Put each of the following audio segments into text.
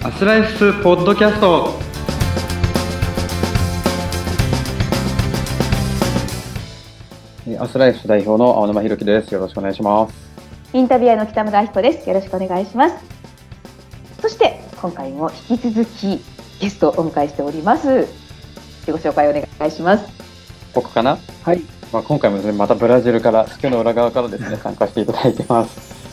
アスライフポッドキャスト。アスライフ代表の青沼弘樹です。よろしくお願いします。 インタビュアーの北村彦です。よろしくお願いします。そして今回も引き続きゲストをお迎えしております。ご紹介お願いします。 僕かな。 はい。 今回もですね、またブラジルから地球の裏側からですね参加していただいてます。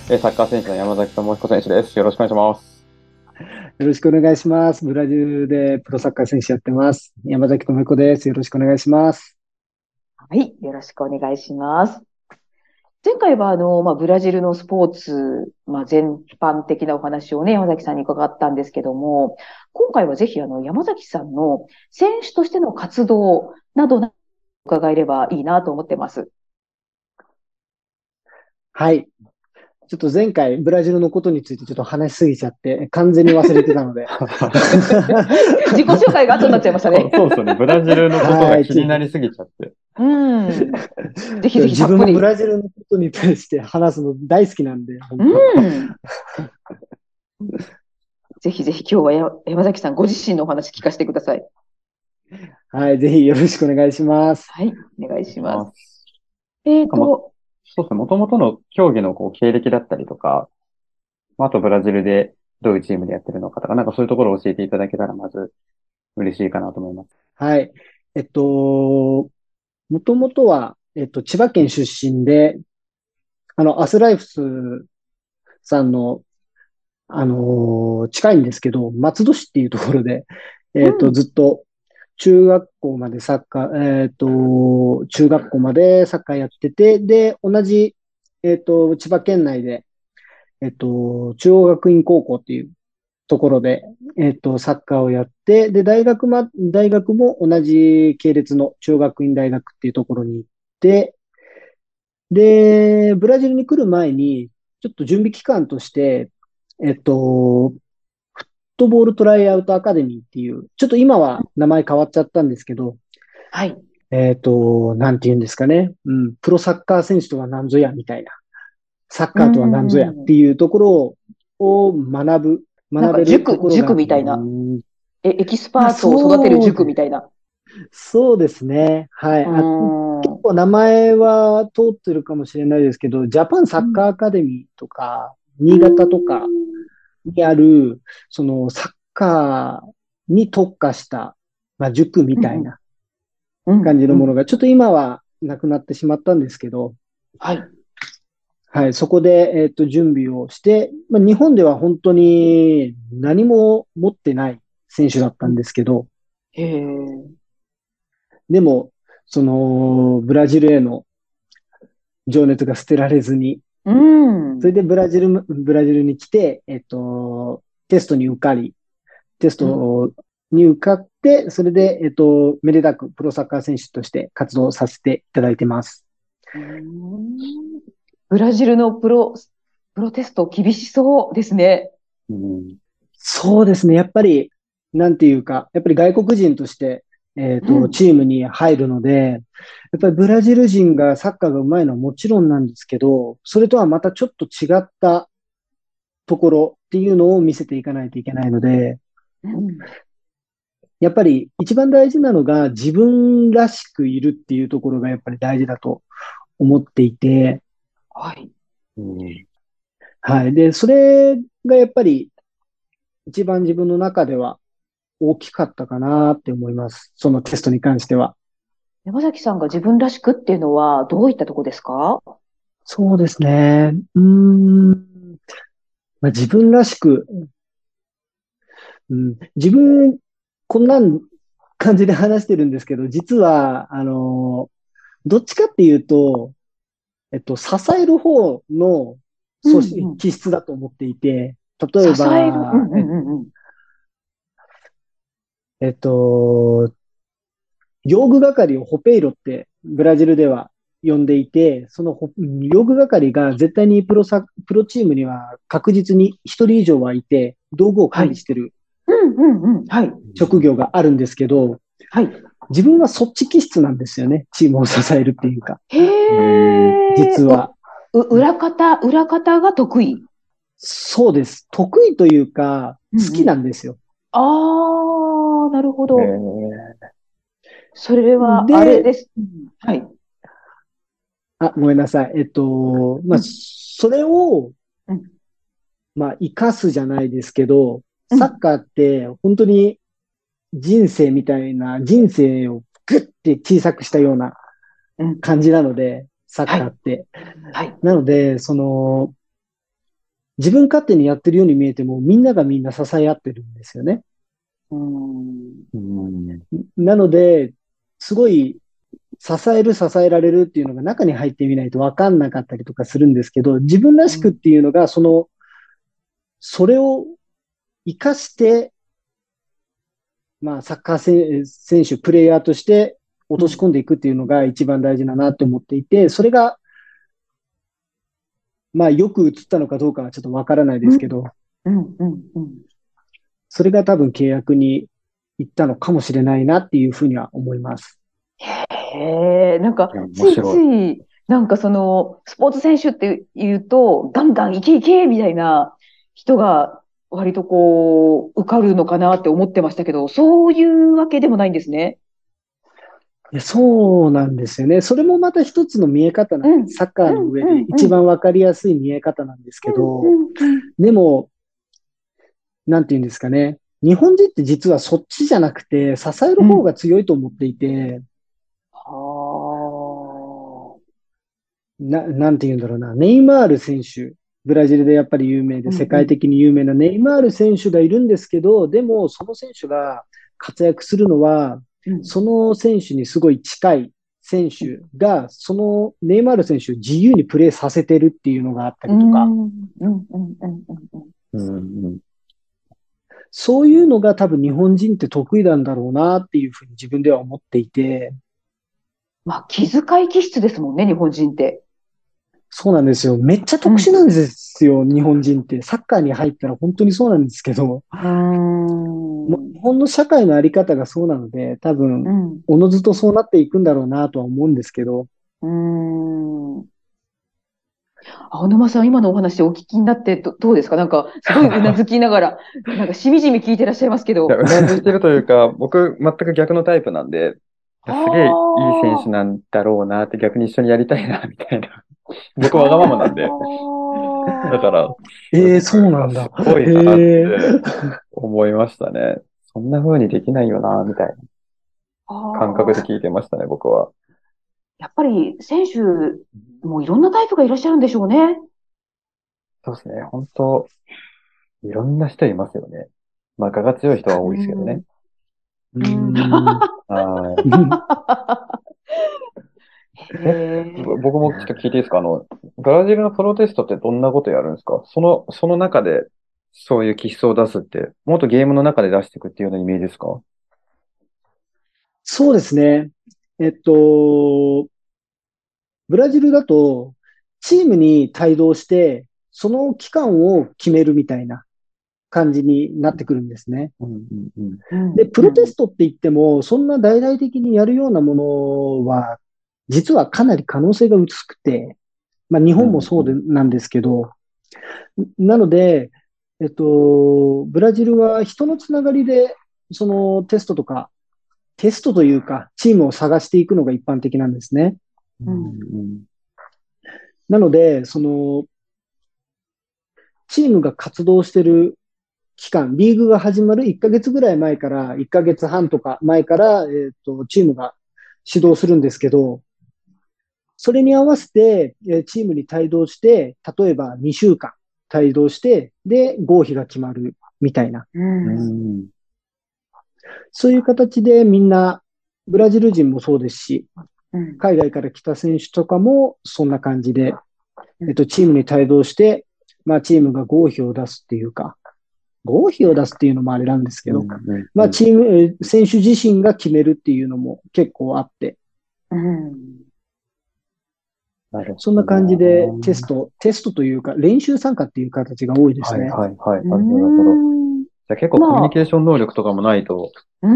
サッカー選手の山崎智彦選手です。よろしくお願いします。 よろしくお願いします。ブラジルでプロサッカー選手やってます。山崎智彦です。よろしくお願いします。 はい、よろしくお願いします。前回はブラジルのスポーツ、全般的なお話をね、山崎さんに伺ったんですけども、今回はぜひ山崎さんの選手としての活動など伺えればいいなと思ってます。 はい。ちょっと前回ブラジルのことについてちょっと話しすぎちゃって完全に忘れてたので自己紹介が後になっちゃいましたね。 そうですね。ブラジルのことが気になりすぎちゃって。 ぜひぜひ自分もブラジルのことに対して話すの大好きなんで。 ぜひぜひ今日は山崎さんご自身のお話聞かせてください。 はい、ぜひよろしくお願いします。 はい、お願いします。 そうですね。もともとの競技の経歴だったりとか、あとブラジルでどういうチームでやってるのかとか、そういうところを教えていただけたらまず嬉しいかなと思います。 はい。もともとは、千葉県出身で、アスライフスさんの、近いんですけど、松戸市っていうところで、ずっと中学校までサッカー、中学校までサッカーやってて、で、同じ、千葉県内で、中央学院高校っていうところで、サッカーをやって、で、大学も同じ系列の中央学院大学っていうところに行って、で、ブラジルに来る前に、ちょっと準備期間として、フットボールトライアウトアカデミーっていう、ちょっと今は名前変わっちゃったんですけど、 はい。 なんて言うんですかね。プロサッカー選手とは何ぞや、みたいな。サッカーとは何ぞやっていうところを学べるところが。 塾みたいな。エキスパートを育てる塾みたいな。 そうですね。はい。結構名前は通ってるかもしれないですけど、ジャパンサッカーアカデミーとか、新潟とかにある、そのサッカーに特化した、塾みたいな感じのものが、ちょっと今はなくなってしまったんですけど、 はい。 はい、そこで、準備をして、日本では本当に何も持ってない選手だったんですけど、でも、その、ブラジルへの情熱が捨てられずに、それでブラジルに来て、テストに受かって、それで、めでたくプロサッカー選手として活動させていただいてます。 ブラジルのプロテスト厳しそうですね。 そうですね。やっぱり、なんていうか、やっぱり外国人として、チームに入るので、やっぱりブラジル人がサッカーが上手いのはもちろんなんですけど、それとはまたちょっと違ったところっていうのを見せていかないといけないので、やっぱり一番大事なのが自分らしくいるっていうところがやっぱり大事だと思っていて、 はい。 はい。で、それがやっぱり一番自分の中では大きかったかなって思います。そのテストに関しては。 山崎さんが自分らしくっていうのはどういったところですか？ そうですね。自分らしく、自分、こんな感じで話してるんですけど、実は、どっちかっていうと、支える方の気質だと思っていて、例えば、用具係をホペイロってブラジルでは呼んでいて、その用具係が絶対にプロチームには確実に一人以上はいて、道具を管理してる職業があるんですけど、自分はそっち気質なんですよね。チームを支えるっていうか。実は。 裏方が得意。 そうです。得意というか、好きうんうん。 なんですよ。 ああ、なるほえど。 ー、 それは、あれで、 です。うんはい。 ごめんなさい。 うんそれを、 うん生かすじゃないですけど、 うんサッカーって本当に人生みたいな、人生をグッて小さくしたようなうん。 感じなので、サッはい。 カーって。 はい。 なので、自分勝手にやってるように見えても、みんながみんな支え合ってるんですよね。 うーん。 うん。 なので、すごい支えられるっていうのが中に入ってみないと分かんなかったりとかするんですけど、自分らしくっうん。 ていうのが、それを活かして、サッカー選手、プレイヤーとして落としうん。 込んでいくっていうのが一番大事だなって思っていて、それが、よく映ったのかどうかはちょっとわからないでうん。 すけど、 うん。うん。うん。 それが多分契約に行ったのかもしれないなっていうふうには思います。 へえ、なんか、 いや、面ついつ白い。 い、なんかその、スポーツ選手って言うと、ガンガンいけいけみたいな人が、割とこう、受かるのかなって思ってましたけど、そういうわけでもないんですね。 そうなんですよね。それもまた一つの見え方なんです。 うん。 サッカーのうん。 上でうん。うん。 一番わかりやすい見え方なんですけうど、 ん。うん。 でも、なんていうんですかね。日本人って実はそっちじゃなくて、支えるうん。 方が強いと思っていて、 はなんて言うんだろうな。ネイマール選手、ブラジルでやっぱり有名あ。 で、 うん。うん。 世界的に有名なネイマール選手がいるんですけど、でも、その選手が活躍するのは、 うん。 その選手にすごい近い選手が、そのネイマール選手を自由にプレーさせてるっていうのがあったうん。 りとか、 うん。うん。うん。うん。うん。 うん。うん。 そういうのが多分日本人って得意なんだろうなっていうふうに自分では思っていて、 まあ、気遣い気質ですもんね、日本人って。 そうなんですよ。めっちゃうん。 特殊なんですよ、日本人って。サッカーに入ったら本当にそうなんですけど、 うーん。 もう日本の社会のあり方がそうなので、多分、 うん。 おのずとそうなっていくんだろうなとは思うんですけど、 うーん。青沼さん、今のお話お聞きになってどうですか？なんか、すごいうなずきながら、なんかしみじみ聞いてらっしゃいますけど。 いや、うなずいてるというか、僕、全く逆のタイプなんで、いやすげえいい選手はなんだろうなって逆に一緒にやりたいな、みたいな。僕、 あ。 わがままなんで、だから、 そうなんだ。 すごいなっへえ。 て思いましたね。そんな風にできないよな、みたいなあ感覚であ。 聞いてましたね、僕は。 やっぱり選手もいろんなタイプがいらっしゃるんでしょうね。 そうですね。本当いろんな人いますよね。まあ、我が強い人はう多いですけどね。 ん。 ううん。 ん。 はい。 へえ。 僕もちょっと聞いていいですか？ブラジルのプロテストってどんなことやるんですか？その中で、そういう気質を出すって、もっとゲームの中で出していくっていうようなイメージですか？ そうですね。えっと、ブラジルだと、チームに帯同して、その期間を決めるみたいな感じになってくるんですね。 うんうんうん。 で、 うん。 プロテうん。 ストって言っても、そんな大々的にやるようなものは、実はかなり可能性が薄くて、日本もうんうん。 そうなんですけど、なので、ブラジルは人のつながりで、そのテストというか、チームを探していくのが一般的なんですね。 ううん。 んなので、チームが活動している期間、リーグが始まる1ヶ月ぐらい前から、1ヶ月半とか前から、チームが始動するんですけど、それに合わせて、チームに帯同して、例えば2週間帯同して、で、合否が決まるみたいな。 ううん。 ん。 そういう形でみんな、ブラジル人もそうですし、 うん。 海外から来た選手とかもそんな感じで、 うん。 チームに帯同して、チームが合否を出すっていうか、合否を出すっていうのもあれなんですけど、 うんうんうん。 チーム、選手自身が決めるっていうのも結構あって、 うん。 なるそんなほど感じでな。 テストというか練習参加っていう形が多いですはいね。 はいはい。 うなるほど、なるほど。 ん。 じゃあ結構コミュニケーまあ、 ション能力とかもないとうん。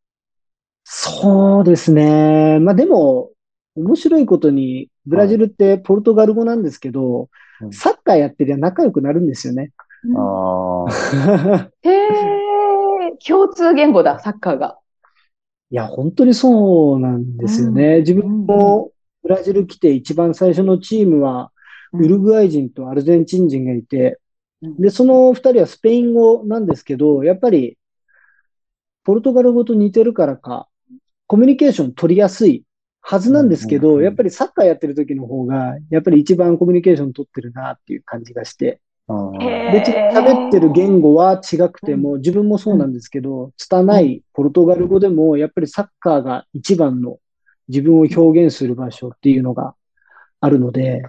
難しいですよね。 そうですね。でも、 面白いことに、ブラジルってポルトガル語なんですけど、 うんサッカーやってりゃ仲良くなるんですよね。 ああ、 へえ、共通言語だ、サッカーが。 いや、本当にそうなんですよね。自分もブラジル来て一番最初のチームは、ウルグアイ人とアルゼンチン人がいて、で、その二人はスペイン語なんですけど、やっぱりポルトガル語と似てるからか、コミュニケーション取りやすいはずなんですけど、やっぱりサッカーやってる時の方が、やっぱり一番コミュニケーション取ってるなっていう感じがして、別に喋ってる言語は違くても、自分もそうなんですけど、拙いポルトガル語でも、やっぱりサッカーが一番の自分を表現する場所っていうのがあるので、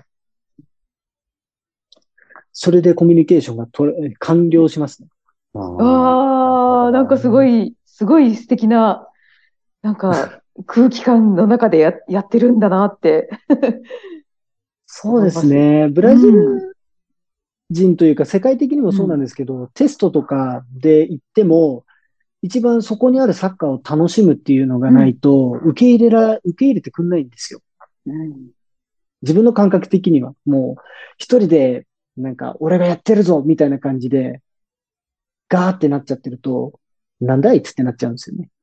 それでコミュニケーションが完了しますね。 ああ、なんかすごい素敵な、なんか空気感の中でやってるんだなってそうですね。ブラジル人というか世界的にもそうなんですけど、テストとかで行っても、一番そこにあるサッカーを楽しむっていうのがないと、受け入れてくんないんですよ。自分の感覚的には、もう一人で、なんか、俺がやってるぞみたいな感じで、ガーってなっちゃってると、なんだいつってなっちゃうんですよね。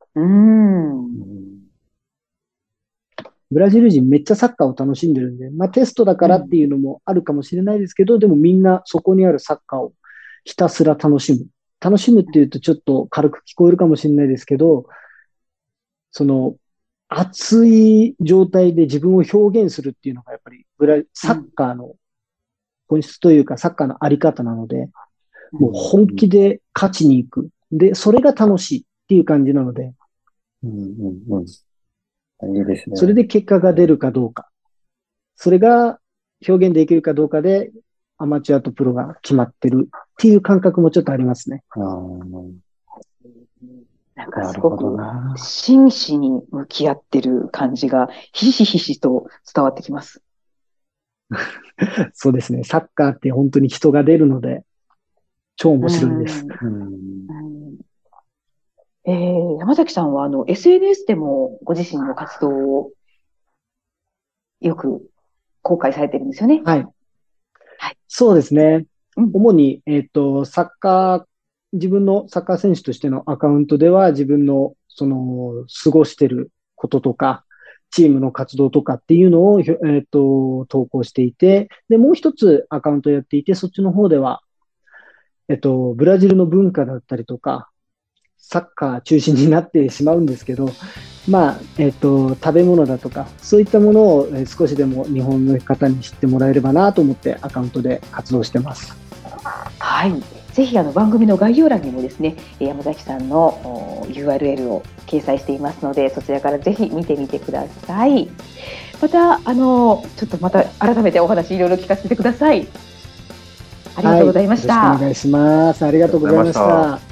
ブラジル人めっちゃサッカーを楽しんでるんで、まあテストだからっていうのもあるかもしれないですけど、でもみんなそこにあるサッカーをひたすら楽しむ。楽しむっていうとちょっと軽く聞こえるかもしれないですけど、その熱い状態で自分を表現するっていうのがやっぱりサッカーの本質というかサッカーのあり方なので、もう本気で勝ちに行く。で、それが楽しいっていう感じなので、 いいですね。 それで結果が出るかどうか。それが表現できるかどうかで、アマチュアとプロが決まってるっていう感覚もちょっとありますね。 なんかすごく真摯に向き合ってる感じがひしひしと伝わってきます。 そうですね。サッカーって本当に人が出るので、超面白いです。 山崎さんはSNS でもご自身の活動をよく公開されてるんですよね。 はい。そうですね。主に、自分のサッカー選手としてのアカウントでは自分の過ごしてることとか、チームの活動とかっていうのを、投稿していて、で、もう一つアカウントやっていて、そっちの方では、ブラジルの文化だったりとか、サッカー中心になってしまうんですけど、まあ、食べ物だとか、そういったものを少しでも日本の方に知ってもらえればなと思ってアカウントで活動してます。 はい。ぜひ番組の概要欄にもですね、山崎さんの URL を掲載していますので、そちらからぜひ見てみてください。また、ちょっとまた改めてお話いろいろ聞かせてください。ありがとうございました。 よろしくお願いします。ありがとうございました。